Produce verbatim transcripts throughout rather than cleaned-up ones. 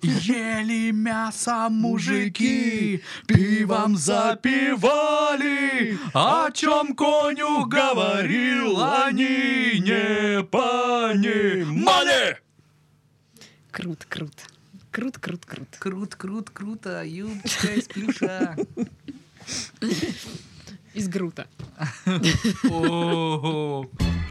Ели мясо мужики, пивом запивали, о чем конюх говорил, они не понимали. Крут, крут. Крут, крут, крут. Крут, крут, круто, юбочка из плюша. Из грута. Ого.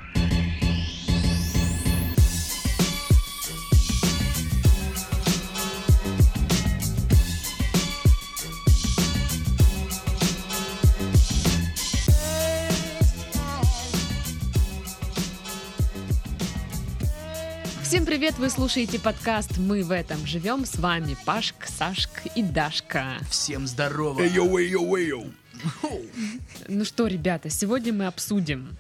Всем привет! Вы слушаете подкаст «Мы в этом живем». С вами Пашка, Сашка и Дашка. Всем здорово! Эйо, эйо, эйо. Ну что, ребята, сегодня мы обсудим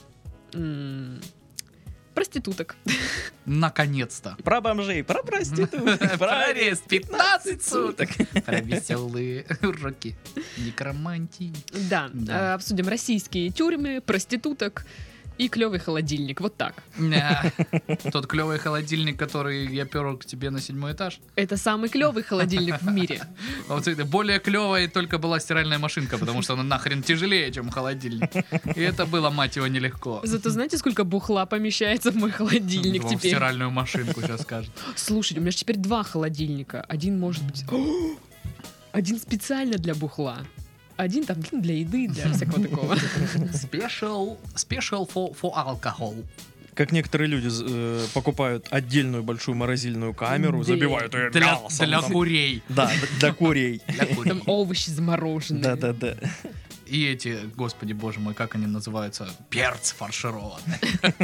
м- проституток. Наконец-то! Про бомжей, про проституток, Про арест пятнадцать суток! Про веселые уроки некромантии. Да, Да. э, обсудим российские тюрьмы, проституток и клевый холодильник. Вот так. Ня. Тот клевый холодильник, который я пер к тебе на седьмой этаж. Это самый клевый холодильник в мире. А вот это более клевой только была стиральная машинка, потому что она нахрен тяжелее, чем холодильник. И это было, мать его, нелегко. Зато знаете, сколько бухла помещается в мой холодильник В теперь? стиральную машинку сейчас скажет. Слушайте, у меня же теперь два холодильника. Один может быть... О! Один специально для бухла. Один там для еды, для всякого такого. Special, special for, for alcohol. Как некоторые люди э, покупают отдельную большую морозильную камеру, Да. забивают ее Для, мясом. для там. курей. Да, для курей. Для курей. Там овощи замороженные. Да-да-да. И эти, господи боже мой, как они называются? Перц фаршированный.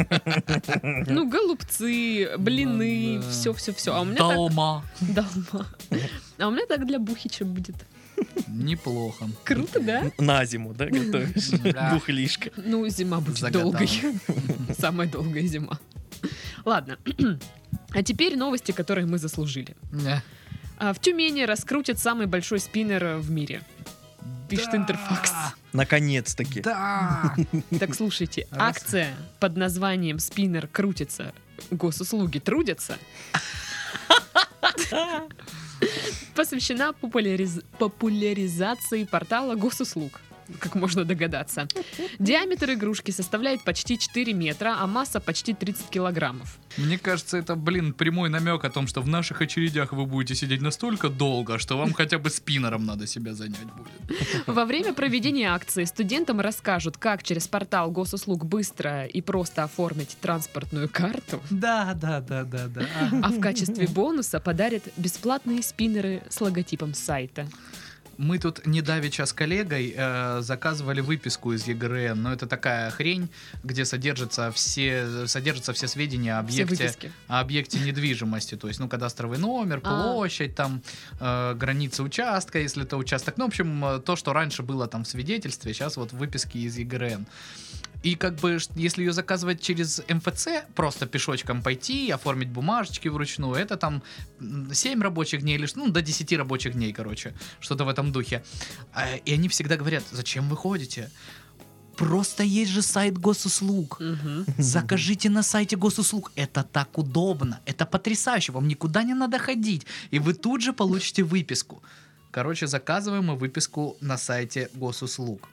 Ну, голубцы, блины, Да. все-все-все. А у меня Долма. так... Долма. А у меня так для бухича будет. Неплохо. Круто, да? На зиму, да, готовишь? Да. Бухлишко. Ну, зима будет Загадала. долгой. Самая долгая зима. Ладно. А теперь новости, которые мы заслужили. Не. А, В Тюмени раскрутят самый большой спиннер в мире. Пишет Да. Интерфакс. Наконец-таки. Да. Так слушайте, Раз. акция под названием «Спиннер крутится, госуслуги трудятся» посвящена популяриз- популяризации портала госуслуг. Как можно догадаться. Диаметр игрушки составляет почти четыре метра, а масса почти тридцать килограммов. Мне кажется, это, блин, прямой намек о том, что в наших очередях вы будете сидеть настолько долго, что вам хотя бы спиннером надо себя занять будет. Во время проведения акции студентам расскажут, как через портал госуслуг быстро и просто оформить транспортную карту, Да, да, да, да, да. а в качестве бонуса подарят бесплатные спиннеры с логотипом сайта. Мы тут недавеча с коллегой э, заказывали выписку из ЕГРН, но это такая хрень, где содержатся все, содержатся все сведения о Все объекте, выписки. о объекте недвижимости, то есть, ну, кадастровый номер, А. площадь, там, э, границы участка, если это участок, ну, в общем, э, то, что раньше было там в свидетельстве, сейчас вот в выписке из ЕГРН. И как бы, ш- если ее заказывать через эм эф цэ, просто пешочком пойти, оформить бумажечки вручную, это там м, семь рабочих дней, или ш- ну, до десяти рабочих дней, короче, что-то в этом духе. А, И они всегда говорят, зачем вы ходите? Просто есть же сайт госуслуг. Мгм. Закажите на сайте госуслуг. Это так удобно. Это потрясающе. Вам никуда не надо ходить. И вы тут же получите выписку. Короче, заказываем мы выписку на сайте госуслуг.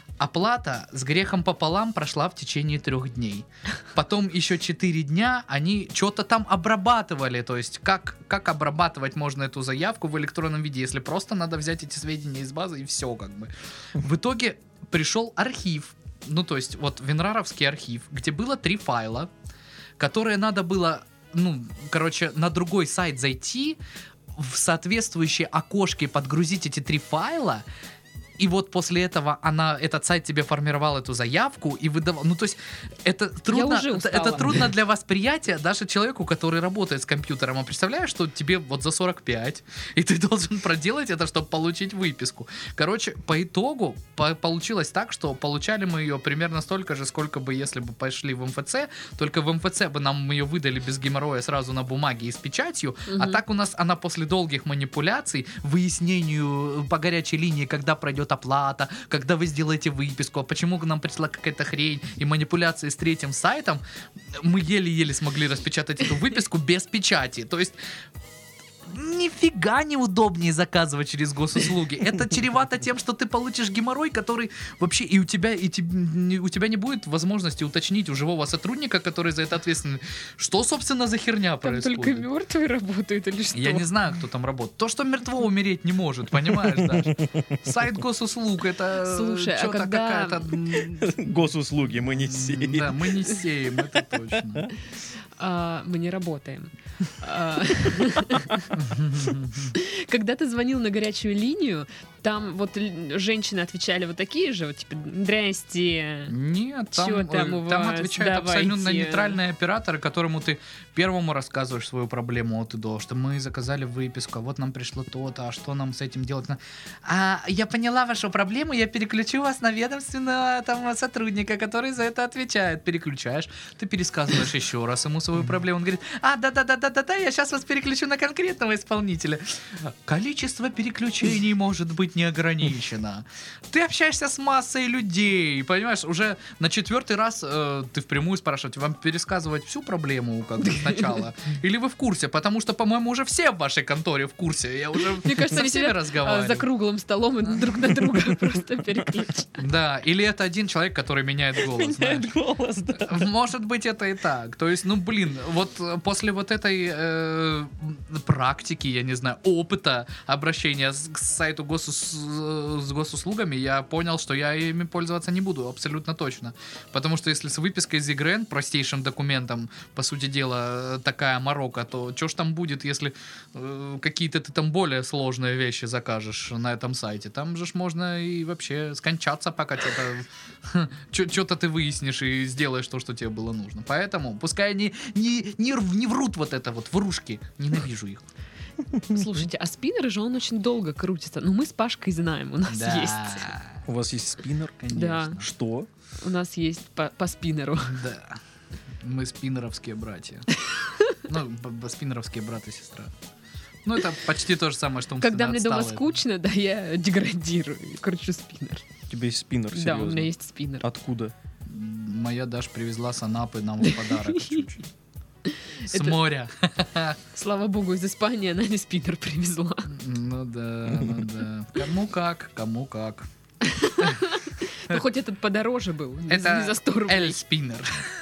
Оплата с грехом пополам прошла в течение трех дней. Потом еще четыре дня они что-то там обрабатывали. То есть как, как обрабатывать можно эту заявку в электронном виде, если просто надо взять эти сведения из базы и все как бы. В итоге пришел архив, ну то есть вот Винраровский архив, где было три файла, которые надо было, ну, короче, на другой сайт зайти, в соответствующие окошки подгрузить эти три файла. И вот после этого она, этот сайт тебе формировал эту заявку и выдавал. Ну, то есть, это трудно, уже это, устала. это трудно для восприятия даже человеку, который работает с компьютером. А представляешь, что тебе вот за сорок пять, и ты должен проделать это, чтобы получить выписку. Короче, по итогу по- получилось так, что получали мы ее примерно столько же, сколько бы, если бы пошли в эм эф цэ. Только в эм эф цэ бы нам ее выдали без геморроя сразу на бумаге и с печатью. А Мгм. так у нас она после долгих манипуляций, выяснению по горячей линии, когда пройдет оплата, когда вы сделаете выписку, а почему к нам пришла какая-то хрень, и манипуляции с третьим сайтом, мы еле-еле смогли распечатать эту выписку без печати. То есть ни нифига неудобнее заказывать через госуслуги. Это чревато тем, что ты получишь геморрой, который вообще и у тебя, и te, у тебя не будет возможности уточнить у живого сотрудника, который за это ответственный, что, собственно, за херня Там происходит. только мертвые работают или что? Я не знаю, кто там работает. То, что мертво умереть не может, понимаешь, Даша? Сайт госуслуг, это Слушай, а что-то когда- какая-то... м, Госуслуги мы не сеем. Да, мы не сеем, это точно. А, мы не работаем. А, Когда ты звонил на горячую линию, там вот л- женщины отвечали вот такие же, вот типа, здрасте. Нет, там, Чё там э, у там вас? отвечают Давайте. абсолютно нейтральные операторы, которому ты первому рассказываешь свою проблему от и до, что мы заказали выписку, а вот нам пришло то-то, а что нам с этим делать? А я поняла вашу проблему, я переключу вас на ведомственного там сотрудника, который за это отвечает. Переключаешь, ты пересказываешь еще раз ему свою проблему, он говорит, а, да-да-да-да-да-да, я сейчас вас переключу на конкретного исполнителя. Количество переключений может быть не ограничено. Ты общаешься с массой людей, понимаешь, уже на четвертый раз э, ты впрямую спрашиваешь, вам пересказывать всю проблему как бы сначала? Или вы в курсе? Потому что, по-моему, уже все в вашей конторе в курсе. Я уже Мне кажется, со они всеми сидят а, разговариваю. за круглым столом и друг на друга просто переключат. Да, или это один человек, который меняет голос. знаешь. Меняет голос, да. Может быть, это и так. То есть, ну, блин, вот э, после вот этой э, практики, я не знаю, опыта обращения с, к сайту госус, с госуслугами, я понял, что я ими пользоваться не буду, абсолютно точно. Потому что если с выпиской из ИГРН, простейшим документом, по сути дела, такая морока, то что ж там будет, если э, какие-то ты там более сложные вещи закажешь на этом сайте? Там же ж можно и вообще скончаться, пока что-то что-то ты выяснишь и сделаешь то, что тебе было нужно. Поэтому пускай они не, не, рв- не врут вот это вот, врушки. Ненавижу их. Слушайте, а спиннеры же он очень долго крутится. Ну, мы с Пашкой знаем, у нас есть. У вас есть спиннер? Да. Что? У нас есть по, по спиннеру. Да. Мы спиннеровские братья. Ну, б- б- спиннеровские брат и сестра. Ну, это почти то же самое, что Когда умственно мне дома отсталые. скучно, да, я деградирую и кручу спиннер. У тебя есть спиннер, Да, серьезно? у меня есть спиннер. Откуда? Моя Даш привезла с Анапы нам в подарок чуть-чуть. С Это- моря. Слава богу, из Испании она не спиннер привезла. Ну да, ну да. Кому как, кому как. Ну, хоть этот подороже был, не, Это не за сто рублей. Эль-спиннер.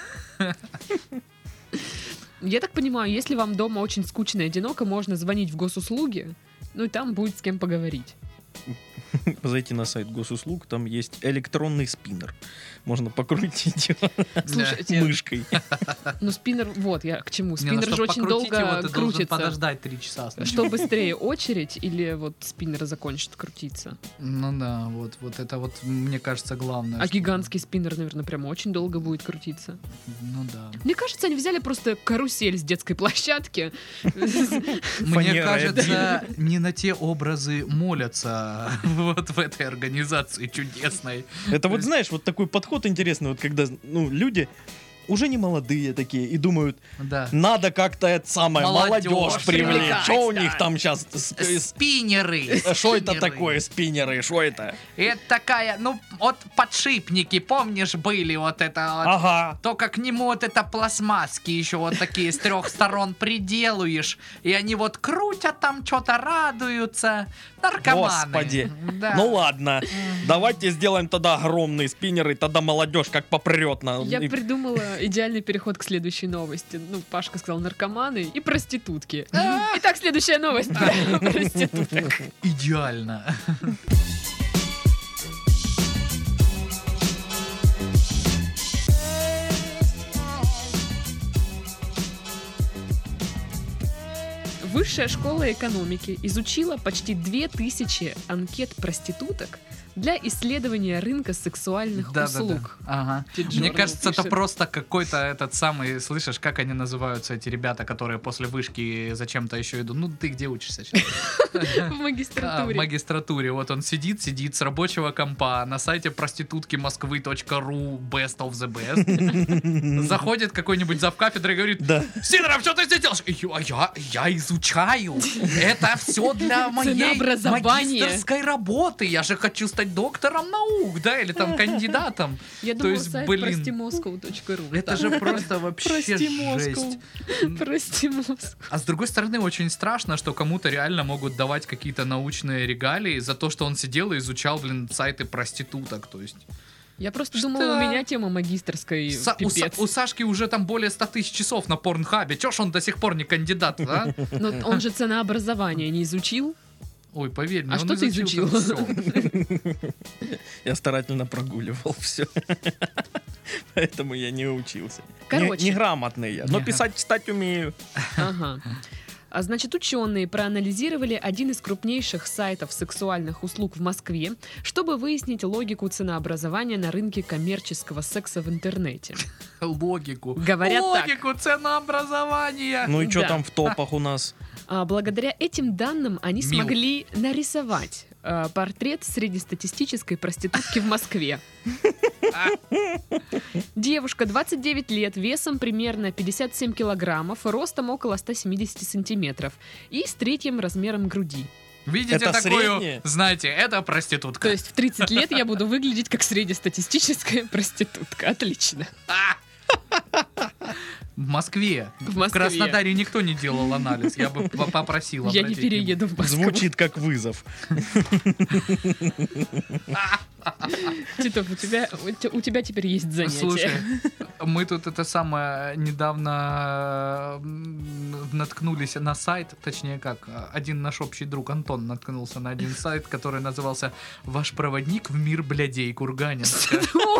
Я так понимаю, если вам дома очень скучно и одиноко, можно звонить в госуслуги, ну и там будет с кем поговорить. Зайти на сайт госуслуг, там есть электронный спиннер. Можно покрутить его Слушайте, мышкой. ну спиннер, вот я к чему. Не, ну, Спиннер чтоб же очень покрутить долго его, ты должен крутится. подождать три часа. сначала. Что быстрее, очередь или вот спиннер закончит крутиться? Ну да, вот, вот это вот, мне кажется, главное. А что- гигантский спиннер, наверное, прям очень долго будет крутиться. Ну да. Мне кажется, они взяли просто карусель с детской площадки. Мне Фанерой кажется, не на те образы молятся вот в этой организации чудесной. Это вот, знаешь, вот такой подход интересный, вот когда, ну, люди уже не молодые такие и думают, Да. надо как-то это самое, Молодежь молодежь привлекать, привлечь. Что у да. них там сейчас? Спиннеры. Что это спиннеры. такое, спиннеры? Что это? Это такая, ну, вот подшипники, помнишь, были вот это вот. Ага. Только к нему вот это пластмасски еще вот такие с трех сторон приделаешь, и они вот крутят там, что-то радуются. Наркоманы. Господи. Да. Ну ладно, давайте сделаем тогда огромные спиннеры, тогда молодежь как попрет на... Я и- придумала идеальный переход к следующей новости. Ну, Пашка сказал наркоманы и проститутки. Итак, следующая новость про проституток. Идеально. Высшая школа экономики изучила почти две тысячи анкет проституток для исследования рынка сексуальных Да, да, услуг. да. Ага. Ти-Джорнал Мне кажется, это пишет. просто какой-то этот самый, слышишь, как они называются, эти ребята, которые после вышки зачем-то еще идут. Ну, ты где учишься сейчас? В А, в магистратуре. магистратуре. Вот он сидит, сидит с рабочего компа на сайте проститутки москвы точка ру best of the best. Заходит какой-нибудь завкафедры и говорит: Да. Сидоров, что ты здесь делаешь? Я, я, я изучаю. Это все для моей Ценообразование. магистерской работы. Я же хочу стать стать доктором наук, да, или там кандидатом. Я То думала, есть, сайт блин, прости москву точка ру. это же просто вообще Прости, Москву. жесть. Прости, Москву. А с другой стороны, очень страшно, что кому-то реально могут давать какие-то научные регалии за то, что он сидел и изучал, блин, сайты проституток, то есть... Я просто Что? думала, у меня тема магистерской Са- у, Са- пипец. у Сашки уже там более ста тысяч часов на Порнхабе. Чё ж он до сих пор не кандидат, а? Но он же ценообразование не изучил. Ой, поверь мне, А он что ты изучил? всё. Я старательно прогуливал все. Поэтому я не учился. Короче. Не- Неграмотный я, но Не- писать, читать умею. Ага. А значит, ученые проанализировали один из крупнейших сайтов сексуальных услуг в Москве, чтобы выяснить логику ценообразования на рынке коммерческого секса в интернете. Логику. Говорят так. Логику ценообразования. Ну и что Да. там в топах у нас? А благодаря этим данным они Мил. смогли нарисовать а, портрет среднестатистической проститутки в Москве. Девушка, двадцать девять лет, весом примерно пятьдесят семь килограммов, ростом около ста семидесяти сантиметров и с третьим размером груди. Видите Это такую, среднее? знаете, это проститутка. То есть в тридцать лет я буду выглядеть как среднестатистическая проститутка. Отлично. В Москве. В В Москве. Краснодаре никто не делал анализ. Я бы п- попросил. Я не обратить перееду в Москву. Звучит как вызов. Титов, у тебя, у те- у тебя теперь есть внимание. занятие. Слушай, мы тут это самое недавно м, наткнулись на сайт, точнее как, один наш общий друг Антон наткнулся на один сайт, который назывался «Ваш проводник в мир блядей Курганинска».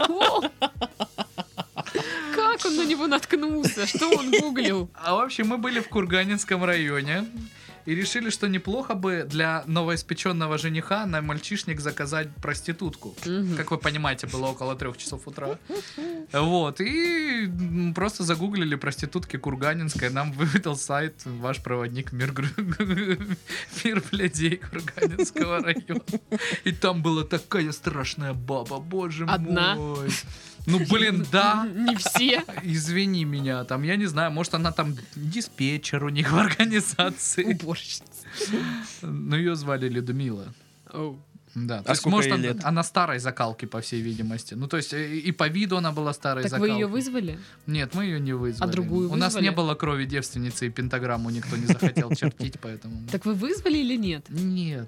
Как он на него наткнулся? Что он гуглил? А в общем, мы были в Курганинском районе и решили, что неплохо бы для новоиспеченного жениха на мальчишник заказать проститутку. Мгм. Как вы понимаете, было около трех часов утра. Вот, и м, просто загуглили проститутки Курганинской, нам выведал сайт «Ваш проводник в мир, гру- мир блядей Курганинского района». И там была такая страшная баба, боже Одна? мой. Ну, блин, да. Не все. Извини меня, там, я не знаю, может, она там диспетчер у них в организации. Уборщица. Ну, ее звали Людмила. Оу. Да, то А есть, сколько может, ей она, лет? она старой закалки, по всей видимости. Ну, то есть, и, и по виду она была старой Так вы закалки. ее вызвали? Нет, мы ее не вызвали. А другую У нас вызвали? не было крови девственницы, и пентаграмму никто не захотел чертить, поэтому... Так вы вызвали или нет? Нет.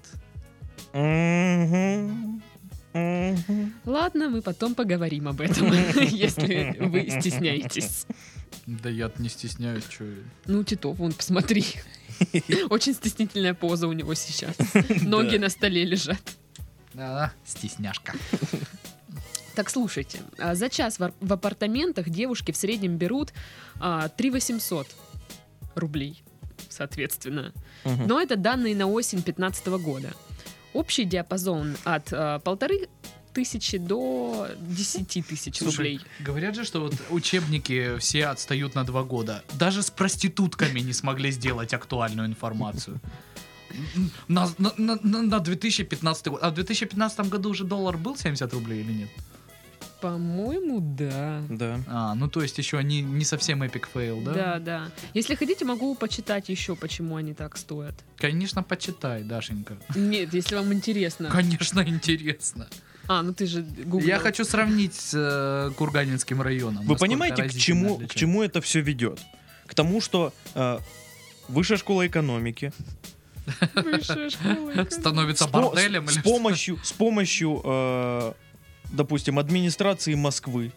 Мгм. Мгм. Ладно, мы потом поговорим об этом, если вы стесняетесь. Да я не стесняюсь, что... Ну, Титов, вон, посмотри. Очень стеснительная поза у него сейчас. Ноги Да. на столе лежат. А, стесняшка. Так, слушайте, а за час в ар- в апартаментах девушки в среднем берут а, три тысячи восемьсот рублей, соответственно. Мгм. Но это данные на осень две тысячи пятнадцатого года. Общий диапазон от а, полторы тысячи до десяти тысяч Слушай, рублей. говорят же, что вот учебники все отстают на два года. Даже с проститутками не смогли сделать актуальную информацию. На, на, на- на- на две тысячи пятнадцатый год. А в две тысячи пятнадцатом году уже доллар был семьдесят рублей или нет? По-моему, да. Да. А, ну то есть еще не, не совсем эпик фейл, да? Да, да. Если хотите, могу почитать еще, почему они так стоят. Конечно, почитай, Дашенька. Нет, если вам интересно. Конечно, интересно. А, ну ты же гуглил. Я хочу сравнить с э, Курганинским районом. Вы насколько понимаете, к разительно чему, к отличается. чему это все ведет? К тому, что э, высшая школа экономики Высшая школа. Становится с, по- борделем с или что? помощью, с помощью э, допустим, администрации Москвы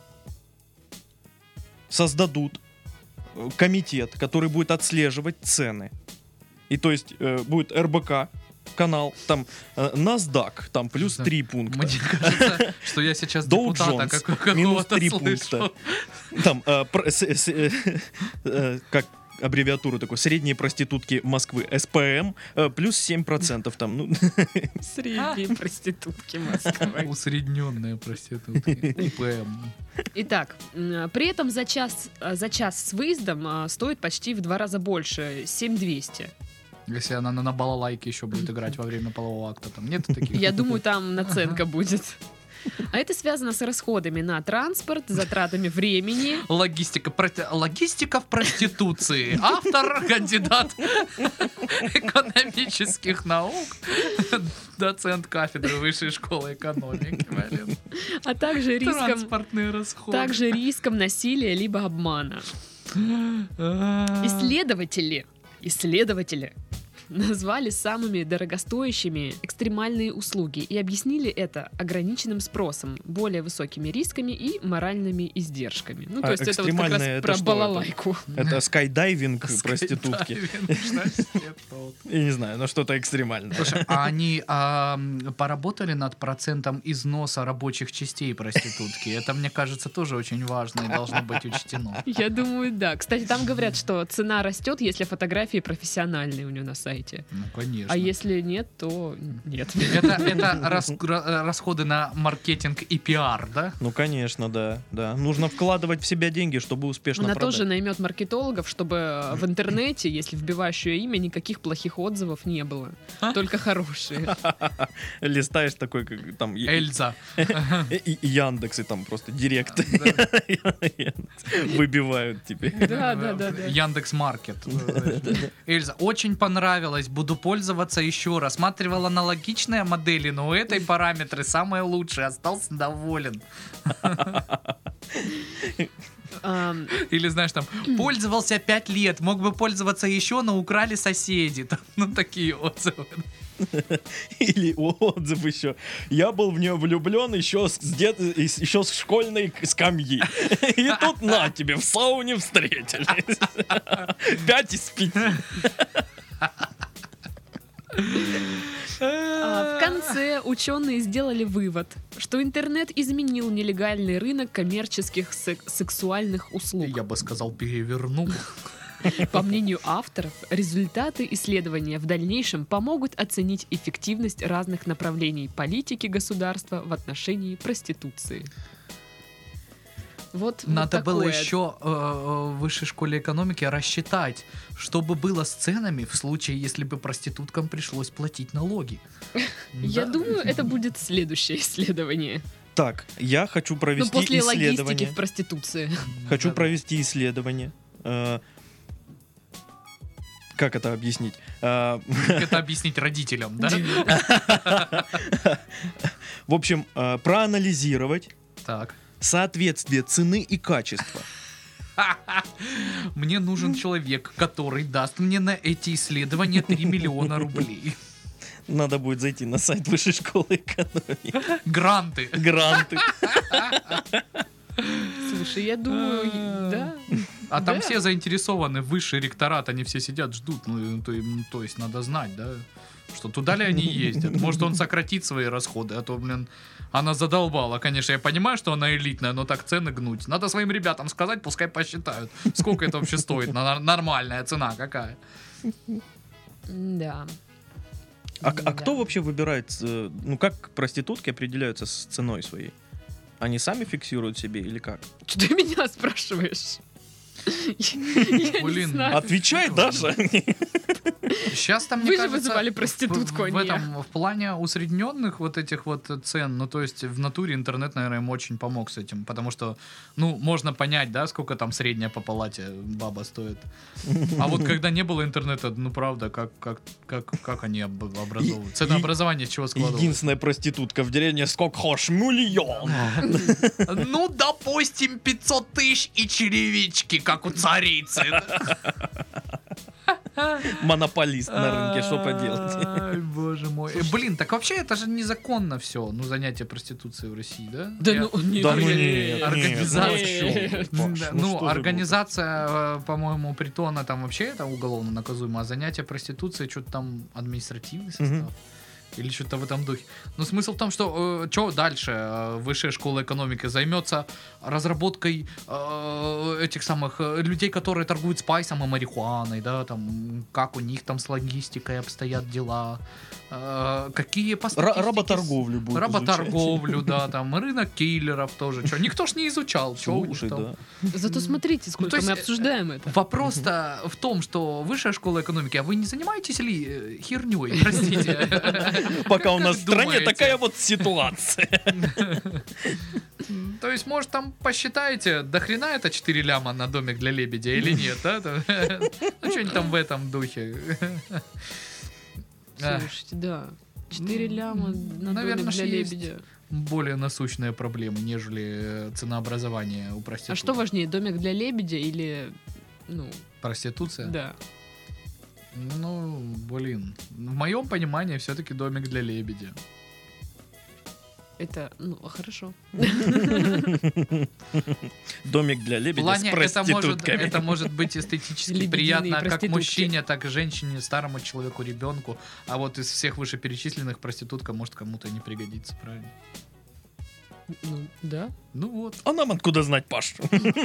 создадут э, комитет, который будет отслеживать цены. И то есть э, будет эр бэ ка канал, там э, NASDAQ, там плюс Да. три пункта. Мне кажется, что я сейчас Dow депутата Jones, как- минус какого-то три слышу. пункта. Там, э, про- с- с- э, э, как аббревиатуру такой, средние проститутки Москвы, эс пэ эм, э, плюс семь процентов там, ну, Средние проститутки Москвы. Усредненная проститутка. И пэ эм. Итак, м, при этом за час, а, за час с выездом а, стоит почти в два раза больше, семь тысяч двести. Если она на, на балалайке еще будет играть во время полового акта, там нет таких? Я думаю, там наценка будет. А это связано с расходами на транспорт, затратами времени. Логистика, проти- логистика в проституции. Автор, кандидат экономических наук. Доцент кафедры высшей школы экономики, блин. А также риском, Транспортные расходы. также риском насилия либо обмана. Исследователи, исследователи назвали самыми дорогостоящими экстремальные услуги и объяснили это ограниченным спросом, более высокими рисками и моральными издержками. Ну, то А есть это вот как раз экстремальное это про что? балалайку. Это скайдайвинг проститутки. Скайдайвинг, Я не знаю, но что-то экстремальное. Слушай, а они а, м, поработали над процентом износа рабочих частей проститутки? Это, мне кажется, тоже очень важно и должно быть учтено. Я думаю, да. Кстати, там говорят, что цена растет, если фотографии профессиональные у нее на сайте. Ну, конечно. А если нет, то нет. Это, это рас- ра- расходы на маркетинг и пиар, да? Ну, конечно, да, да. Нужно вкладывать в себя деньги, чтобы успешно Она продать. тоже наймет маркетологов, чтобы в интернете, если вбиваешь ее имя, никаких плохих отзывов не было. Только хорошие. Листаешь такой, как там и- Эльза. и- и Яндекс, и там просто директ выбивают тебе. Да, да, да, да. Яндекс Маркет. Эльза, очень понравилось, буду пользоваться еще. Рассматривал аналогичные модели, но у этой параметры самые лучшие. Остался доволен. Ам, Или, знаешь, там, пользовался пять лет, мог бы пользоваться еще, но украли соседи. Там, ну, такие отзывы. Или отзыв еще. Я был в нее влюблен еще с, дет... еще с школьной скамьи. И тут на тебе, в сауне встретились. Пять из пяти. а в конце ученые сделали вывод, что интернет изменил нелегальный рынок коммерческих сек- сексуальных услуг. Я бы сказал, перевернул. По мнению авторов, результаты исследования в дальнейшем помогут оценить эффективность разных направлений политики государства в отношении проституции. Вот, вот Надо было такое. еще э, в высшей школе экономики рассчитать, что бы было с ценами в случае, если бы проституткам пришлось платить налоги. Я Да. думаю, это будет следующее исследование. Так, я хочу Ну, провести после логистики исследование. в проституции. Хочу Да. провести исследование. Э, Как это объяснить? Э, Как это объяснить родителям, да? В общем, э, проанализировать Так. соответствие цены и качества. Мне нужен человек, который даст мне на эти исследования три миллиона рублей. Надо будет зайти на сайт Высшей школы экономики. Гранты. Гранты. Слушай, я думаю, да. А там Да. все заинтересованы, высший ректорат, они все сидят, ждут. Ну, то, им- то есть надо знать, да, что туда ли они ездят. Может, он сократит свои расходы, а то, блин, она задолбала. Конечно, я понимаю, что она элитная, но так цены гнуть. Надо своим ребятам сказать, пускай посчитают, сколько это вообще стоит, на- нормальная цена какая. Да. А, а Да. кто вообще выбирает, э, ну как проститутки определяются с ценой своей? Они сами фиксируют себе или как? Что ты меня спрашиваешь? Я не Блин, знаю. Отвечай, Даша. Сейчас там, Вы мне же кажется, вызывали в- проститутку, в, а в не этом, в плане усредненных вот этих вот цен, ну, то есть в натуре интернет, наверное, им очень помог с этим, потому что, ну, можно понять, да, сколько там средняя по палате баба стоит. А вот когда не было интернета, ну, правда, как, как, как, как они об- образовывают? Ценообразование с чего складывалось? Единственная проститутка в деревне сколько хочешь, миллион. Ну, допустим, пятьсот тысяч и черевички, как у царицы. Монополист на рынке, что поделать? Ай, боже мой. Э, Блин, так вообще это же незаконно все, ну, занятие проституцией в России, да? Да Я- ну нет. Да ну нет, нет, Организация. нет, ну о чём, Паш, Да, ну ну, что за организация, э, по-моему, притона там вообще это уголовно наказуемо, а занятие проституцией, что-то там административный состав. Мгм. Или что-то в этом духе. Но смысл в том, что что дальше э, высшая школа экономики займется разработкой э, этих самых э, людей, которые торгуют спайсом и марихуаной, да, там, как у них там с логистикой обстоят дела, э, какие по Ра- статистике Работорговлю будет Работорговлю, да, там, рынок киллеров тоже. Чё, никто ж не изучал. Чё у них Слушай, там? да. Зато смотрите, сколько то есть, мы обсуждаем это. Вопрос-то в том, что высшая школа экономики, а вы не занимаетесь ли э, херней, простите? Пока у нас в стране Думаете? такая вот ситуация. То есть, может, там посчитаете, до хрена это четыре ляма на домик для лебедя или нет, да? Там, ну, что-нибудь там в этом духе. Ах. Слушайте, да. четыре ляма на Наверное, домик для есть. лебедя. Более насущные проблемы, нежели э, ценообразование у проституток. А что важнее, домик для лебедя или, ну, Проституция? да. Ну, блин. В моем понимании все-таки домик для лебедя. Это, ну, хорошо. Домик для В лебедя плане, с это может, проститутками. это может быть эстетически Лебединые приятно как проститутки. мужчине, так и женщине, старому человеку, ребенку. А вот из всех вышеперечисленных проститутка может кому-то не пригодится, правильно? Ну, да. Ну вот. А нам откуда знать, Паш?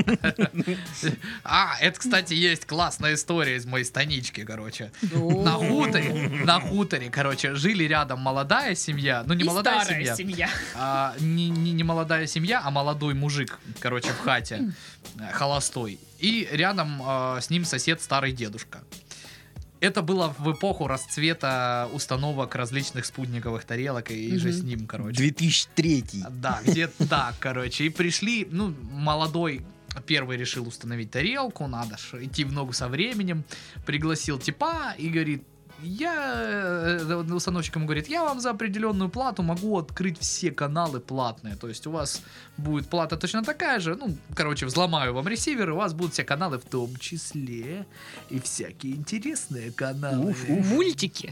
А, это, кстати, есть классная история из моей станички, короче. На хуторе, на хуторе, короче, жили рядом молодая семья, ну не И молодая старая семья, семья. а, не, не, не молодая семья, а молодой мужик, короче, в хате, э, холостой. И рядом э, с ним сосед старый дедушка. Это было в эпоху расцвета установок различных спутниковых тарелок и, и же Мгм. с ним, короче. две тысячи третий. Да, где-то так, короче. И пришли, ну, молодой первый решил установить тарелку, надо ж идти в ногу со временем. Пригласил типа и говорит, я, э, установщик ему говорит, я вам за определенную плату могу открыть все каналы платные. То есть у вас будет плата точно такая же. Ну, короче, взломаю вам ресивер, и у вас будут все каналы, в том числе и всякие интересные каналы. Уф, уф. Мультики.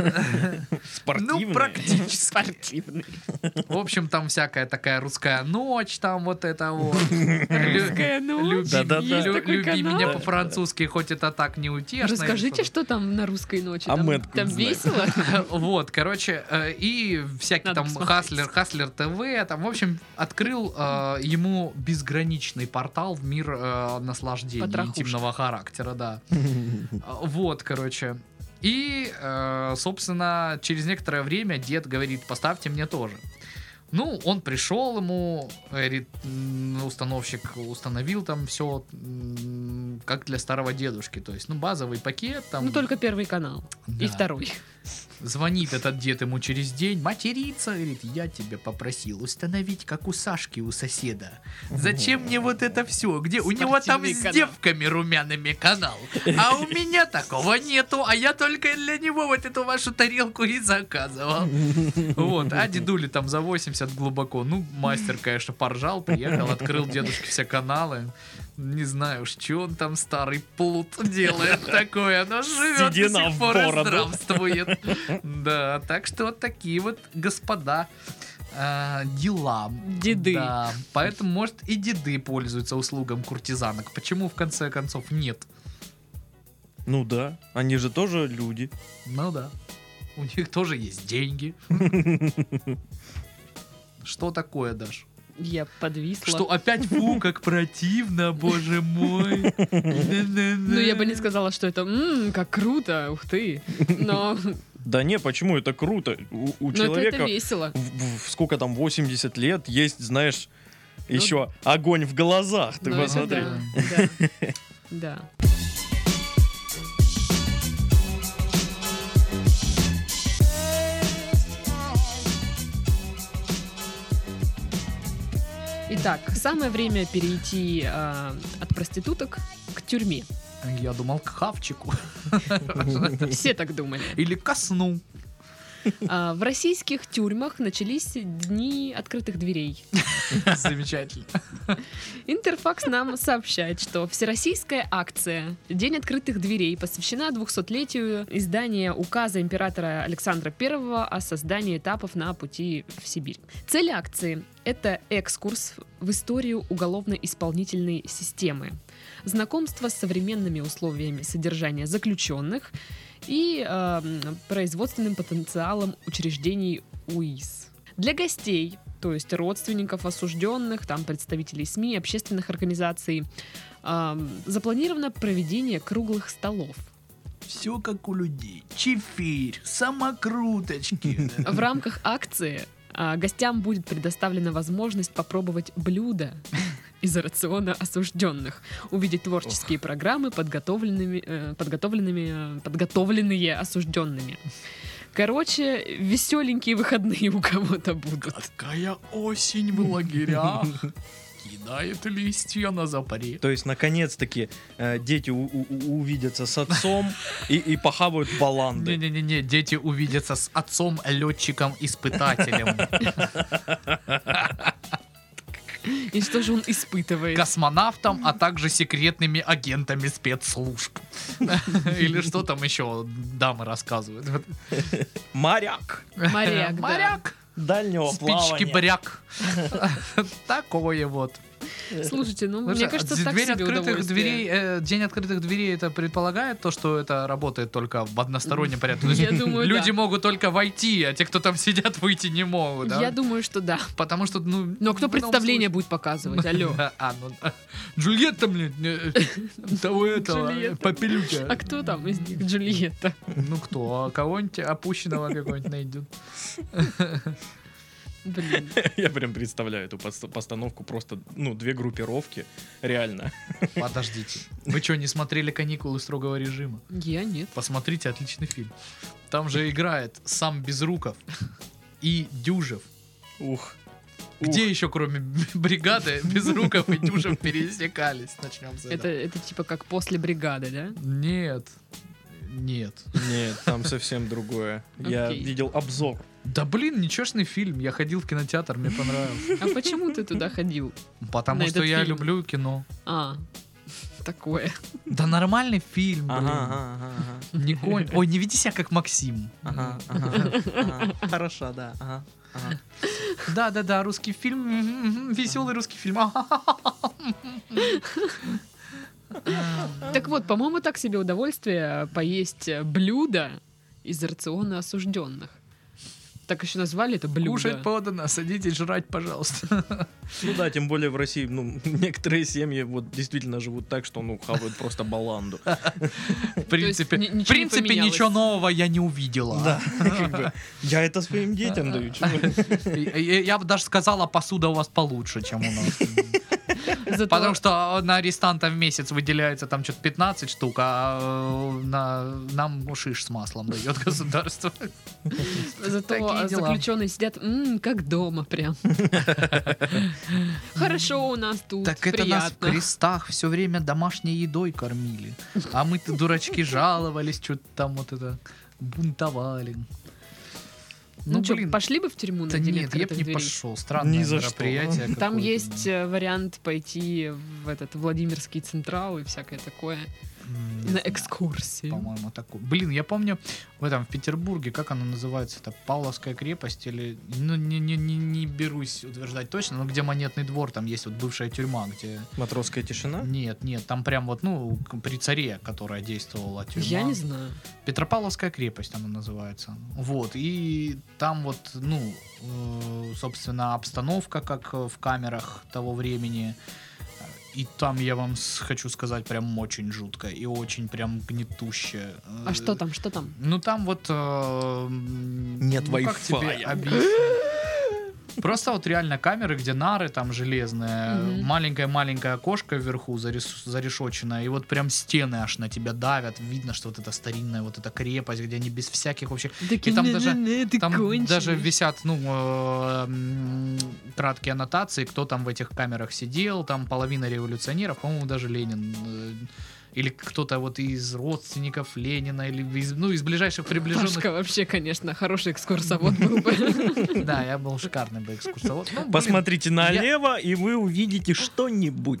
Спортивные. Ну, практически. Спортивные. В общем, там всякая такая русская ночь, там вот это вот. Русская ночь. Люби, Да-да-да. лю- Есть такой люби канал. меня по-французски, хоть это так не утешно. Расскажите, что там на русской ночи? А Там, мы откуда там знаем? весело? Вот, короче, э, и всякий Надо там посмотреть. Хаслер, Хаслер ТВ, там, в общем, открыл э, ему безграничный портал в мир э, наслаждения Потрохушек. интимного характера, да. А, Вот, короче. И, э, собственно, через некоторое время дед говорит, поставьте мне тоже. Ну, он пришел ему, говорит, м, установщик установил там все, как для старого дедушки. То есть, ну, базовый пакет там. Ну, только первый канал. И Да. второй. Звонит этот дед ему через день, матерится, говорит, я тебя попросил установить, как у Сашки, у соседа. Зачем мне вот это все? Где? У него там Спортивный с канал. девками румяными канал. А у меня такого нету, а я только для него вот эту вашу тарелку и заказывал. Вот, а дедули там за восемьдесят глубоко. Ну, мастер, конечно, поржал, приехал, открыл дедушке все каналы. Не знаю уж, что он там, старый плут, делает такое. Оно живет до Седина сих в пор и бороду. здравствует. Да, так что вот такие вот, господа, э, дела. Деды. Да, поэтому, может, и деды пользуются услугам куртизанок. Почему, в конце концов, нет? Ну да, они же тоже люди. Ну да. У них тоже есть деньги. Что такое, Даш? Я подвисла. Что опять фу, как противно, боже мой. Ну, я бы не сказала, что это «Ммм, как круто, ух ты». Но, Да не, почему это круто? У, у но это, человека это весело. в, в- сколько там, восемьдесят лет, есть, знаешь, Ну, еще огонь в глазах. Ты Ну, это посмотри. да, да, да. Итак, самое время перейти а, от проституток к тюрьме. Я думал, к хавчику. Все так думали. Или ко сну. А, в российских тюрьмах начались дни открытых дверей. Замечательно. Интерфакс нам сообщает, что всероссийская акция «День открытых дверей» посвящена двухсотлетию издания указа императора Александра Первого о создании этапов на пути в Сибирь. Цель акции — это экскурс в историю уголовно-исполнительной системы, знакомство с современными условиями содержания заключенных и э, производственным потенциалом учреждений УИС. Для гостей, то есть родственников осужденных, там представителей СМИ, общественных организаций, э, запланировано проведение круглых столов. Все как у людей. Чефирь, самокруточки. В рамках акции э, гостям будет предоставлена возможность попробовать блюда из рациона осужденных, увидеть творческие программы, подготовленными, э, подготовленными, э, подготовленные осужденными. Короче, веселенькие выходные у кого-то будут. Какая осень в лагерях. съедает листья на запоре. То есть, наконец-таки, э, дети у- у- увидятся с отцом и, и похавают баланды. Не-не-не, дети увидятся с отцом-летчиком-испытателем. И что же он испытывает? Космонавтом, а также секретными агентами спецслужб. Или что там еще дамы рассказывают. Моряк Моряк, да. Моряк. дальнего плавания. Спички-бряк. Такое вот. Слушайте, ну, Слушай, мне кажется, а так дверь себе открытых удовольствие. дверей, э, день открытых дверей, это предполагает то, что это работает только в одностороннем порядке? То есть Я думаю, люди да. могут только войти, а те, кто там сидят, выйти не могут, да? Я думаю, что да. Потому что, ну... Но кто в ином представление случае- будет показывать? Алло. А, ну, а, Джульетта, блин, э, того этого, Джульетта. Попелюка. А кто там из них Джульетта? Ну кто, а кого-нибудь опущенного какого-нибудь найдет. Блин. Я прям представляю эту пост- постановку. Просто, ну, две группировки. Реально. Подождите. Вы что, не смотрели «Каникулы строгого режима»? Я нет. Посмотрите, отличный фильм. Там же играет сам Безруков и Дюжев. Ух. Где еще, кроме бригады, Безруков и Дюжев пересекались? Начнем с Это, этого. это типа как после бригады, да? Нет. Нет. Нет, там совсем другое. Я Окей. видел обзор. Да блин, нечестный фильм. Я ходил в кинотеатр, мне понравился. А почему ты туда ходил? Потому На что этот я фильм. люблю кино. А, такое. Да нормальный фильм, блин. Ага, ага, ага. Не конь. Ой, не веди себя как Максим. Ага, ага, ага. Хорошо, да. Ага, ага. Да, да, да, русский фильм. Веселый русский фильм. Так вот, по-моему, так себе удовольствие поесть блюдо из рациона осужденных. Так еще назвали это блюдо. Кушать подано, садитесь жрать, пожалуйста. Ну да, тем более в России, ну, некоторые семьи вот действительно живут так, что, ну, хавают просто баланду. В принципе, ни- ничего не в принципе поменялось. ничего нового я не увидела. Да, как бы, я это своим детям даю. чего вы. Я я бы даже сказала, посуда у вас получше, чем у нас. Зато- Потому что на арестанта в месяц выделяется там что-то пятнадцать штук, а э, на, нам шиш с маслом дает государство. Зато Такие дела. заключенные сидят, «М, как дома прям. Хорошо у нас тут, Так это нас в приятно. крестах все время домашней едой кормили. А мы-то, дурачки, жаловались, что-то там вот это бунтовали. Ну, что, блин, пошли бы в тюрьму на да день нет, я бы открытых не дверей? пошел. Странное Ни за что. мероприятие. Там какое-то. есть э, вариант пойти в этот Владимирский Централ и всякое такое. М, не На знаю. экскурсии. По-моему, такой. Блин, я помню в этом в Петербурге, как она называется, это Павловская крепость или ну не не не не берусь утверждать точно, но где Монетный двор, там есть вот бывшая тюрьма, где Матросская тишина? нет нет, там прям вот ну к- при царе, которая действовала тюрьма. Я не знаю. Петропавловская крепость она называется. Вот и там вот ну э, собственно обстановка как в камерах того времени. И там, я вам с- хочу сказать, прям очень жутко и очень прям гнетуще. А что там, что там? Ну там вот... э, м, Нет ну, как тебе вай-фая. объяснить? Просто вот реально камеры, где нары там железные, Мгм. маленькое-маленькое окошко вверху зарис- зарешоченное, и вот прям стены аж на тебя давят. Видно, что вот это старинная вот эта крепость, где они без всяких вообще... Такие, там даже- «Не-не-не, ты Там конченый». даже висят, ну, э, м, краткие аннотации, кто там в этих камерах сидел, там половина революционеров, по-моему, даже Ленин, э, или кто-то вот из родственников Ленина, или из, ну, из ближайших приближенных. Пашка вообще, конечно, хороший экскурсовод был бы. Да, я был шикарный бы экскурсовод. Ну, блин, Посмотрите я- налево, и вы увидите что-нибудь.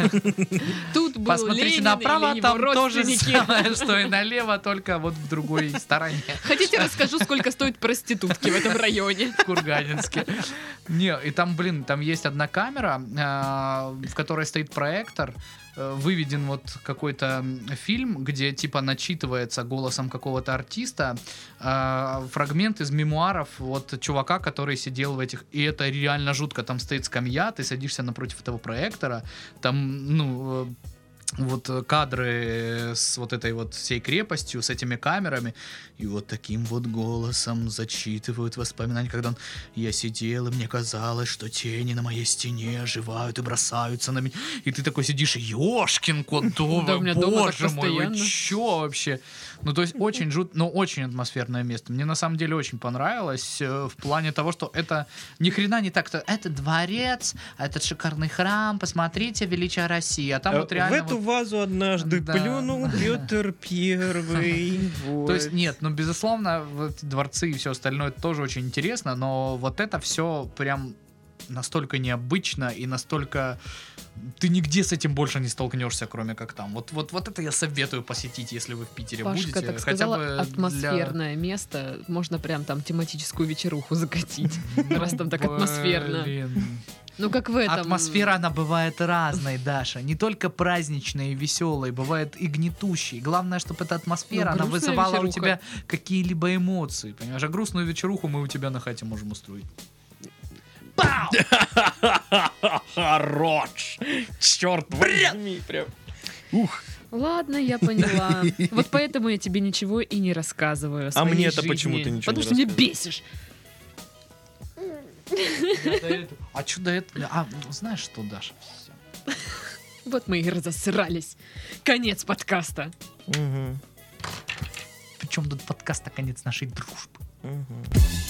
Тут был Посмотрите Ленин направо, или его там то же родственники. самое, что и налево, только вот в другой стороне. Хотите, расскажу, сколько стоят проститутки в этом районе? В Курганинске. Не, и там, блин, там есть одна камера, а, в которой стоит проектор, э, выведен вот какой-то м, фильм, где типа начитывается голосом какого-то артиста а, фрагмент из мемуаров вот чувака, который сидел в этих... И это реально жутко. Там стоит скамья, ты садишься напротив этого проектора, там, ну... э, вот э, кадры с вот этой вот всей крепостью, с этими камерами, и вот таким вот голосом зачитывают воспоминания, когда он, я сидел, и мне казалось, что тени на моей стене оживают и бросаются на меня. И ты такой сидишь, ёшкин кот, Да, у меня дома так боже мой, вы постоянно. чё вообще? Ну, то есть очень жут, ну, очень атмосферное место. Мне на самом деле очень понравилось э, в плане того, что это ни хрена не так-то. Это дворец, этот шикарный храм, посмотрите, величие России. А там Э, вот реально... В эту вот- вазу однажды Да. плюнул Петр Первый. То есть нет, ну безусловно, вот дворцы и все остальное тоже очень интересно, но вот это все прям настолько необычно и настолько ты нигде с этим больше не столкнешься, кроме как там. Вот, вот, вот это я советую посетить, если вы в Питере Пашка будете. так хотя сказала, бы для- атмосферное место. Можно прям там тематическую вечеруху закатить. Раз там так атмосферно. Блин. Ну, как в этом. Атмосфера, она бывает разной, Даша. Не только праздничной и веселой, бывает и гнетущей. Главное, чтобы эта атмосфера, Ну, она грустная вызывала у вечеруха. тебя какие-либо эмоции, понимаешь? А грустную вечеруху мы у тебя на хате можем устроить. Пау! Хорош! Черт возьми, прям. Ух, Ладно, я поняла. Вот поэтому я тебе ничего и не рассказываю о А своей мне-то жизни. почему ты ничего Потому не что меня рассказываешь? бесишь. А что до этого? А, ну, знаешь что, Даша? Всё. Вот мы и разосрались. Конец подкаста. Мгм, Причем тут подкаст, а конец нашей дружбы. мгм.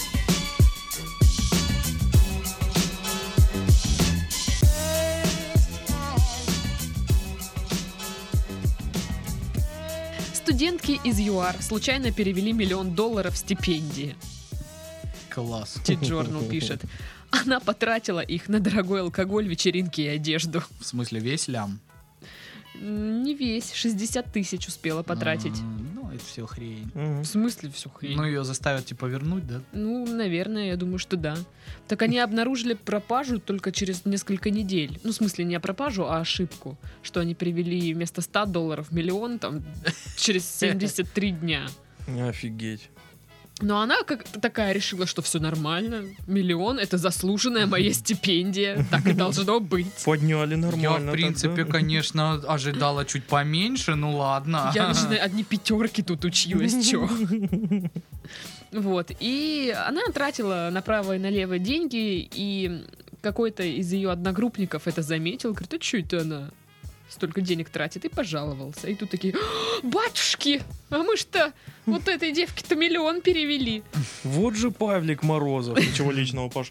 Студентки из ЮАР случайно перевели миллион долларов стипендии. Класс. T-Journal пишет. Она потратила их на дорогой алкоголь, вечеринки и одежду. В смысле, весь лям? М, Не весь, шестьдесят тысяч успела потратить. А, Ну, это все хрень. Мгм. В смысле все хрень? Ну, ее заставят, типа, вернуть, да? Ну, наверное, я думаю, что да. Так они обнаружили пропажу только через несколько недель. Ну, в смысле, не пропажу, а ошибку. Что они перевели вместо ста долларов миллион там через семьдесят три дня. Офигеть. Но она как такая решила, что все нормально. Миллион — это заслуженная моя стипендия. Так и должно быть. Подняли Я, нормально. в принципе, тогда. конечно, ожидала чуть поменьше, ну ладно. Я начинаю, одни пятерки тут училась, чё. Вот. И она тратила направо и налево деньги, и какой-то из ее одногруппников это заметил. Говорит, а что это она столько денег тратит? И пожаловался. И тут такие, «А, батюшки, а мы что, вот этой девке-то миллион перевели. Вот же Павлик Морозов. Ничего личного, Паш.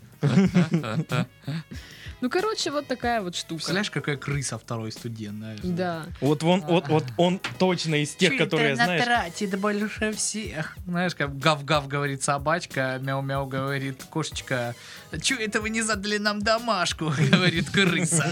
Ну, короче, вот такая вот штука. Представляешь, какая крыса второй студент, наверное. Да. Вот он, вот, вот он точно из тех, которые, знаешь... тратит больше всех. Знаешь, как гав-гав говорит собачка, мяу-мяу говорит кошечка. Чё это вы не задали нам домашку, говорит крыса.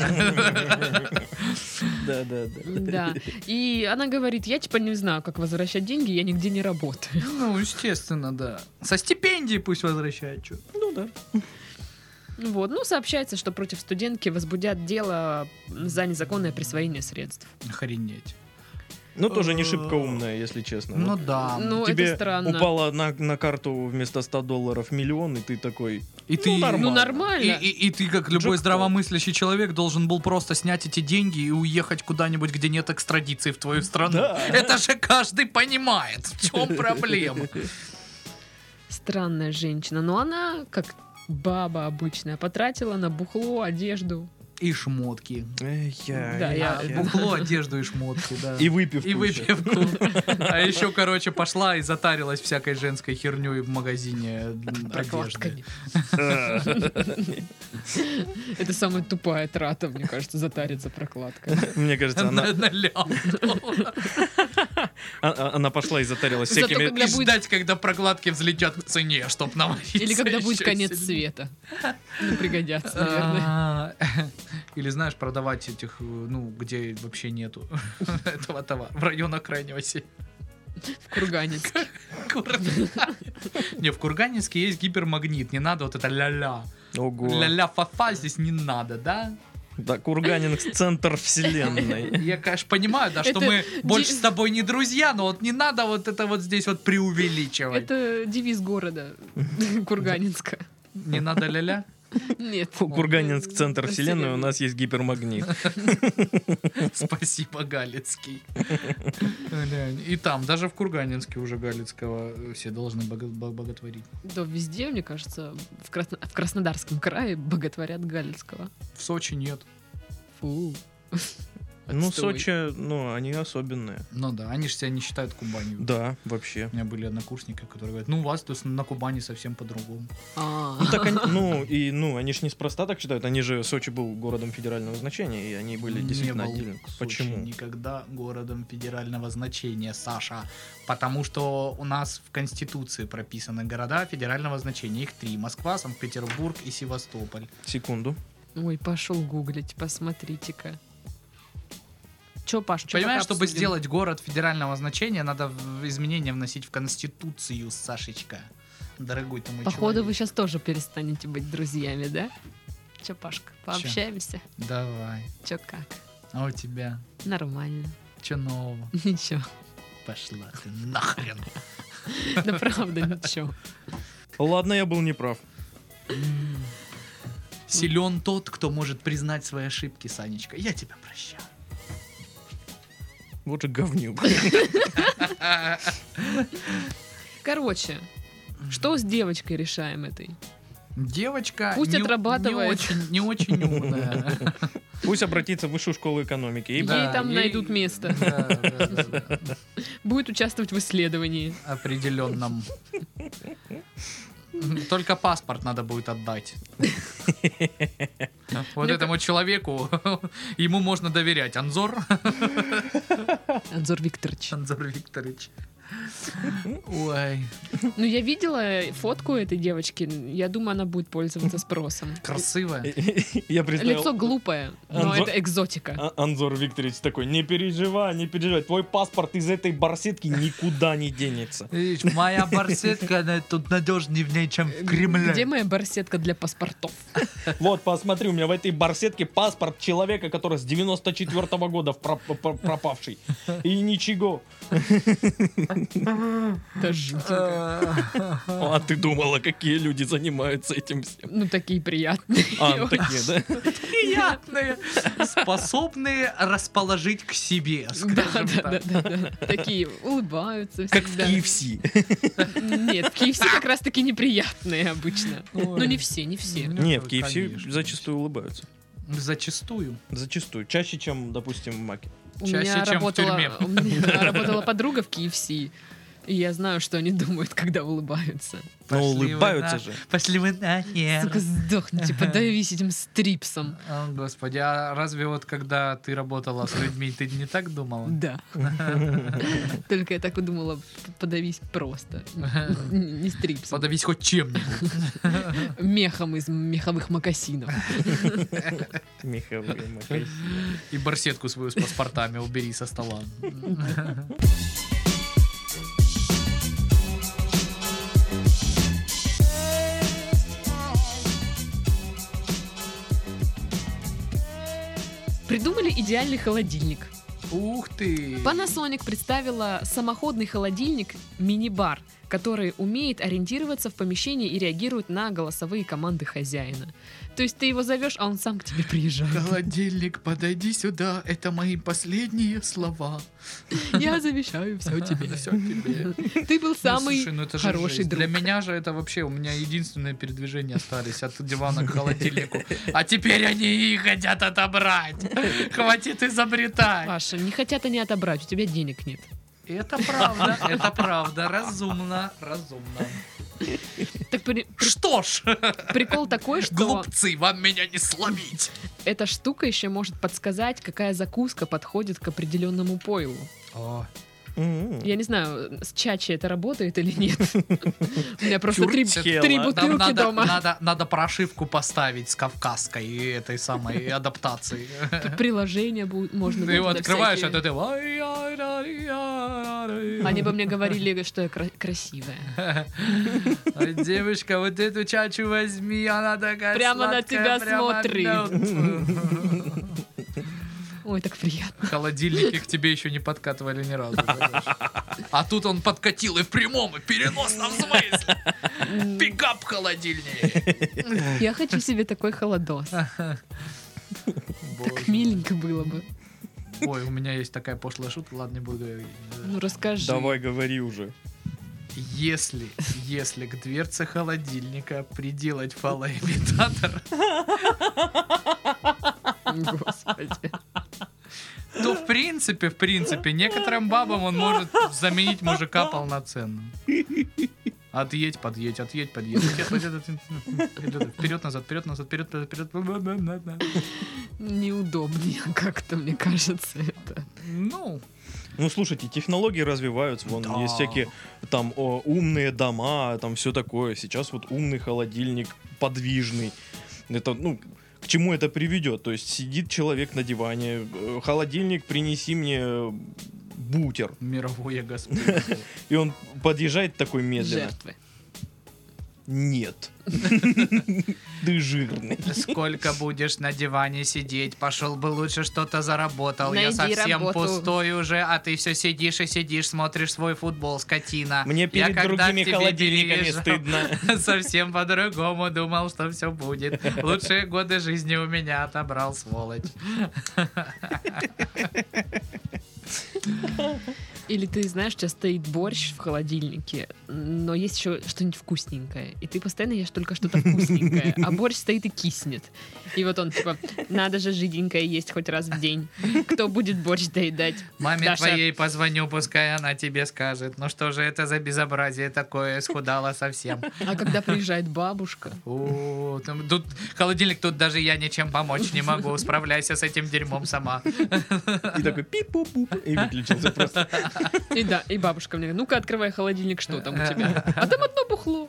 Да, да, да. Да. И она говорит, я типа не знаю, как возвращать деньги, я нигде не работаю. Ну, естественно, да. Со стипендии пусть возвращают. чё. Ну да. Вот. Ну, сообщается, что против студентки возбудят дело за незаконное присвоение средств. Охренеть. Ну тоже не шибко умная, если честно. Ну Вот да. Ну, тебе это странно. упало на, на карту вместо ста долларов миллион, и ты такой... И ты, нормально. Ну, нормально. И, и- и ты, как любой Джекпот. здравомыслящий человек, должен был просто снять эти деньги и уехать куда-нибудь, где нет экстрадиции в твою страну. Да. Это же каждый понимает, в чем проблема. Странная женщина. Но она, как баба обычная, потратила на бухло, одежду. И шмотки. Эх-я, Да, я- А, эх-я. бухло, одежду и шмотки, да. И выпивку. И еще. выпивку. А еще, короче, пошла и затарилась всякой женской херней в магазине м, Прокладками. одежды. Это самая тупая трата, мне кажется, затариться прокладкой. Мне кажется, она, На- на лям. а- а- она пошла и затарилась Зато всякими... когда И будет- ждать, когда прокладки взлетят в цене, чтоб навариться. Или когда будет еще конец сильнее. света. Ну, пригодятся, наверное. А, Или, знаешь, продавать этих, ну, где вообще нету этого товара. В районах крайнего севера. В Курганинске. Не, в Курганинске есть гипермагнит. Не надо вот это ля-ля. Ого. Ля-ля фа-фа здесь не надо, да? Да, Курганинск — центр вселенной. Я, конечно, понимаю, да, что Это мы ди- больше с тобой не друзья, но вот не надо вот это вот здесь вот преувеличивать. Это девиз города Курганинска. Не надо ля-ля? Нет. Курганинск, центр вселенной, у Вселенной. нас есть гипермагнит. Спасибо, Галицкий. Глянь. И там, даже в Курганинске уже Галицкого все должны бого- бо- боготворить. Да, везде, мне кажется, в, Красно- в Краснодарском крае боготворят Галицкого. В Сочи нет. Фу. Ну, Отстой. Сочи, ну, они особенные. Ну да, они же себя не считают Кубанью. Да, вообще. У меня были однокурсники, которые говорят, ну у вас тут на Кубани совсем по-другому. А. Ну, так они, ну, и, ну, они ж неспроста так считают. Они же, Сочи был городом федерального значения, и они были Не действительно был отдельны. Сочи Почему? никогда городом федерального значения, Саша. Потому что у нас в Конституции прописаны города федерального значения. Их три. Москва, Санкт-Петербург и Севастополь. Секунду. Ой, пошел гуглить, посмотрите-ка. Че, Паш, чё Понимаешь, пока чтобы обсудим? сделать город федерального значения, надо в- изменения вносить в Конституцию, Сашечка. Дорогой ты мой Походу, вы человек. сейчас тоже перестанете быть друзьями, да? Че, Пашка, пообщаемся? Давай. Че как? А у тебя? Нормально. Че нового? Ничего. Пошла ты нахрен. Да правда, ничего. Ладно, я был неправ. Силен тот, кто может признать свои ошибки, Санечка. Я тебя прощаю. Вот же говнюк. Короче, что с девочкой решаем этой? Девочка Пусть не, отрабатывает. не очень, не очень умная. Пусть обратится в высшую школу экономики. И Ей Да, там ей- найдут место. Да, да, да, да. Будет участвовать в исследовании. Определенном. Только паспорт надо будет отдать. Вот Мне этому человеку ему можно доверять. Анзор? Анзор Викторович. Анзор Викторович. Ой. Ну, я видела фотку этой девочки. Я думаю, она будет пользоваться спросом. Красивая. Я представил, Лицо глупое, но Анзор- это экзотика. А- Анзор Викторович такой, не переживай, не переживай, твой паспорт из этой барсетки никуда не денется. Видишь, моя барсетка, она тут надежнее в ней, чем в Кремле. Где моя барсетка для паспортов? Вот, посмотри, у меня в этой барсетке паспорт человека, который с девяносто четвёртого года впро- пр- пропавший. И ничего. Это жутенько. А ты думала, какие люди занимаются этим всем? Ну, такие приятные. А, ну такие, да? Приятные, способные расположить к себе, Да, скажем да, так. да, да, да. Такие улыбаются Как в всегда. кей эф си. Нет, в кей эф си как раз таки неприятные обычно. Ой. Ну, не все, не все. Ну, Не, в кей эф си конечно, зачастую улыбаются. Зачастую. Зачастую. Чаще, чем, допустим, в Маке. У Чаще, меня чем в работала, тюрьме. у меня работала подруга в кей эф си, и я знаю, что они думают, когда улыбаются. Но Пошли вы улыбаются на- же. Пошли вы нахер. Сука, сдохните, подавись этим стрипсом. О, господи, а разве вот когда ты работала с людьми, ты не так думала? Да. Только я так и думала, п- подавись просто. Н- Не стрипсом. Подавись хоть чем-нибудь. Мехом из меховых мокасинов. Михаил Макаревич. И барсетку свою с паспортами убери со стола. Придумали идеальный холодильник. Ух ты! Panasonic представила самоходный холодильник мини-бар, который умеет ориентироваться в помещении и реагирует на голосовые команды хозяина. То есть ты его зовешь, а он сам к тебе приезжает. Холодильник, подойди сюда, это мои последние слова. Я завещаю все тебе. Все тебе. Ты был самый Ну, слушай, ну это же хороший жесть. друг. Для меня же это вообще, у меня единственные передвижения остались от дивана к холодильнику. А теперь они их хотят отобрать. Хватит изобретать. Паша, не хотят они отобрать, у тебя денег нет. Это правда, это правда. Разумно, разумно. Так при- при- Что ж, прикол такой, что глупцы, вам меня не словить. эта штука еще может подсказать, какая закуска подходит к определенному пойлу. М-м. Я не знаю, с чачи это работает или нет. У меня просто три, Чурчхела. три Нам бутылки надо, дома. надо, надо прошивку поставить с кавказской и этой самой адаптацией. Тут приложения будут, можно Ты его туда открываешь, всякие. от этого. Они бы мне говорили, что я кра- красивая. Ой, девушка, вот эту чачу возьми, она такая Прямо на сладкая, тебя прямо смотрит. на- Ой, так приятно. Холодильники к тебе еще не подкатывали ни разу. Короче. А тут он подкатил и в прямом, и в переносном смысле. Пикап холодильник. Я хочу себе такой холодос. Так миленько было бы. Ой, у меня есть такая пошлая шутка, ладно, не буду говорить. Ну расскажи. Давай, говори уже. Если, если к дверце холодильника приделать фалоимитатор, Господи. то в принципе, в принципе, некоторым бабам он может заменить мужика полноценно. Отъедь, подъедь, отъедь, подъедь. Вперед, назад, вперед, назад, вперед, вперед. Неудобнее как-то, мне кажется, это. Ну, Ну, слушайте, технологии развиваются, вон Да. есть всякие там о, умные дома, там все такое. Сейчас вот умный холодильник подвижный. Это, ну, к чему это приведет? То есть сидит человек на диване, э, холодильник, принеси мне бутер. мировое господство. И он подъезжает такой медленно. Жертвы. Нет. Ты жирный. Сколько будешь на диване сидеть? Пошел бы лучше что-то заработал. Я Найди совсем работу. пустой уже, а ты все сидишь и сидишь, смотришь свой футбол, скотина. Мне Я перед когда другими к тебе холодильниками переезжал, стыдно. совсем по-другому думал, что все будет. Лучшие годы жизни у меня отобрал, сволочь. Или ты знаешь, у тебя стоит борщ в холодильнике, но есть еще что-нибудь вкусненькое. И ты постоянно ешь только что-то вкусненькое, а борщ стоит и киснет. И вот он типа, надо же жиденькое есть хоть раз в день. Кто будет борщ доедать? Маме Даша. твоей позвоню, пускай она тебе скажет. Ну что же это за безобразие такое, схудала совсем. А когда приезжает бабушка? О, там, тут холодильник, тут даже я ничем помочь не могу. Справляйся с этим дерьмом сама. И такой пип-пуп-пуп. И выключился просто. И да, и бабушка мне говорит, ну-ка открывай холодильник, что там у тебя? А там одно бухло.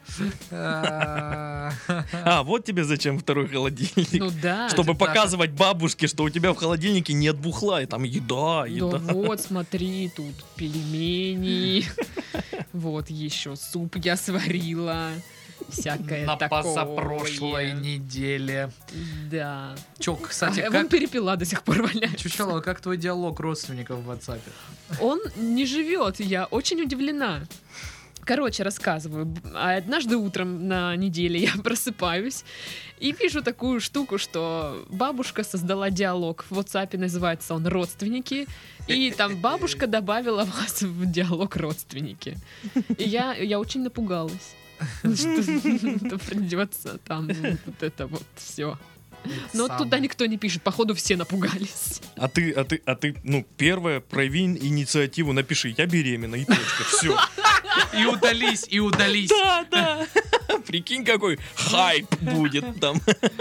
А, вот тебе зачем второй холодильник. Ну да. Чтобы это показывать бабушке, что у тебя в холодильнике нет бухла, и там еда, Да еда. вот, смотри, тут пельмени. Вот еще суп я сварила. Всякое На такое. позапрошлой неделе. Да. Чё, кстати, А, как... вон перепела до сих пор валяется. Чучелова, как твой диалог родственников в WhatsApp? Он не живет, я очень удивлена. Короче, рассказываю. Б- а Однажды утром на неделе я просыпаюсь и вижу такую штуку, что бабушка создала диалог. В WhatsApp называется он «Родственники». И там бабушка добавила вас в диалог «Родственники». И я, я очень напугалась. Что придется там вот это вот все. Но Сам. туда никто не пишет, походу все напугались. А ты, а ты, а ты, ну, первое, прояви инициативу, напиши, я беременна, и точка, все. И удались, и удались. Да, да. Прикинь, какой хайп будет там.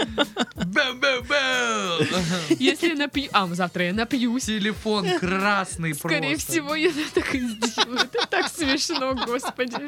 Бэу-бэу-бэу. Если я напью... А, завтра я напьюсь. Телефон красный просто. Скорее всего, я так и сделаю. Это так смешно, господи.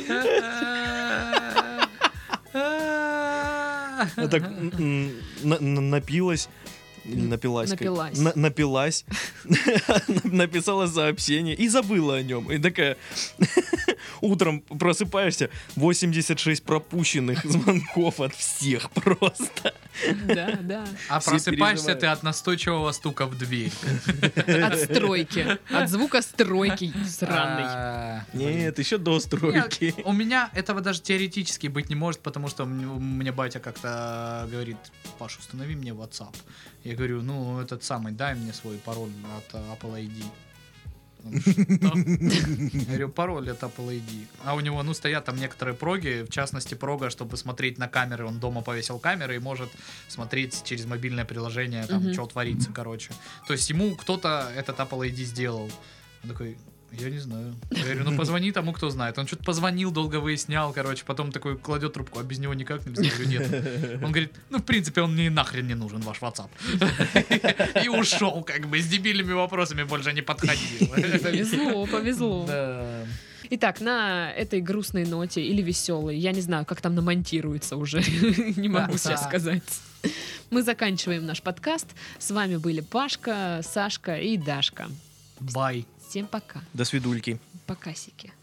А так м, м, на- на- напилась. Или напилась. как- Напилась. На- напилась. Написала сообщение и забыла о нем. И такая утром просыпаешься, восемьдесят шесть пропущенных звонков от всех просто. Да, да. А Все просыпаешься переживают. ты от настойчивого стука в дверь. От стройки. От звука стройки сраной. А, Нет, еще до стройки. Нет, у меня этого даже теоретически быть не может, потому что м- мне батя как-то говорит: Паш, установи мне WhatsApp. Я говорю, ну, этот самый, дай мне свой пароль от э, Apple ай ди. Он, «Что?» Я говорю, пароль от Apple ай ди. А у него, ну, стоят там некоторые проги, в частности, прога, чтобы смотреть на камеры. Он дома повесил камеры и может смотреть через мобильное приложение, там, Мгм. что творится, короче. То есть ему кто-то этот Apple ай ди сделал. Он такой, я не знаю. Я говорю, ну позвони тому, кто знает. Он что-то позвонил, долго выяснял, короче, потом такой кладет трубку, а без него никак нельзя. Я говорю, нет. Он говорит, ну в принципе он мне нахрен не нужен, ваш WhatsApp. И ушел, как бы, с дебильными вопросами больше не подходил. Повезло, повезло. Да. Итак, на этой грустной ноте или веселой, я не знаю, как там намонтируется уже, не могу сейчас сказать. Мы заканчиваем наш подкаст. С вами были Пашка, Сашка и Дашка. Бай. Всем пока. До свидульки. Покасики.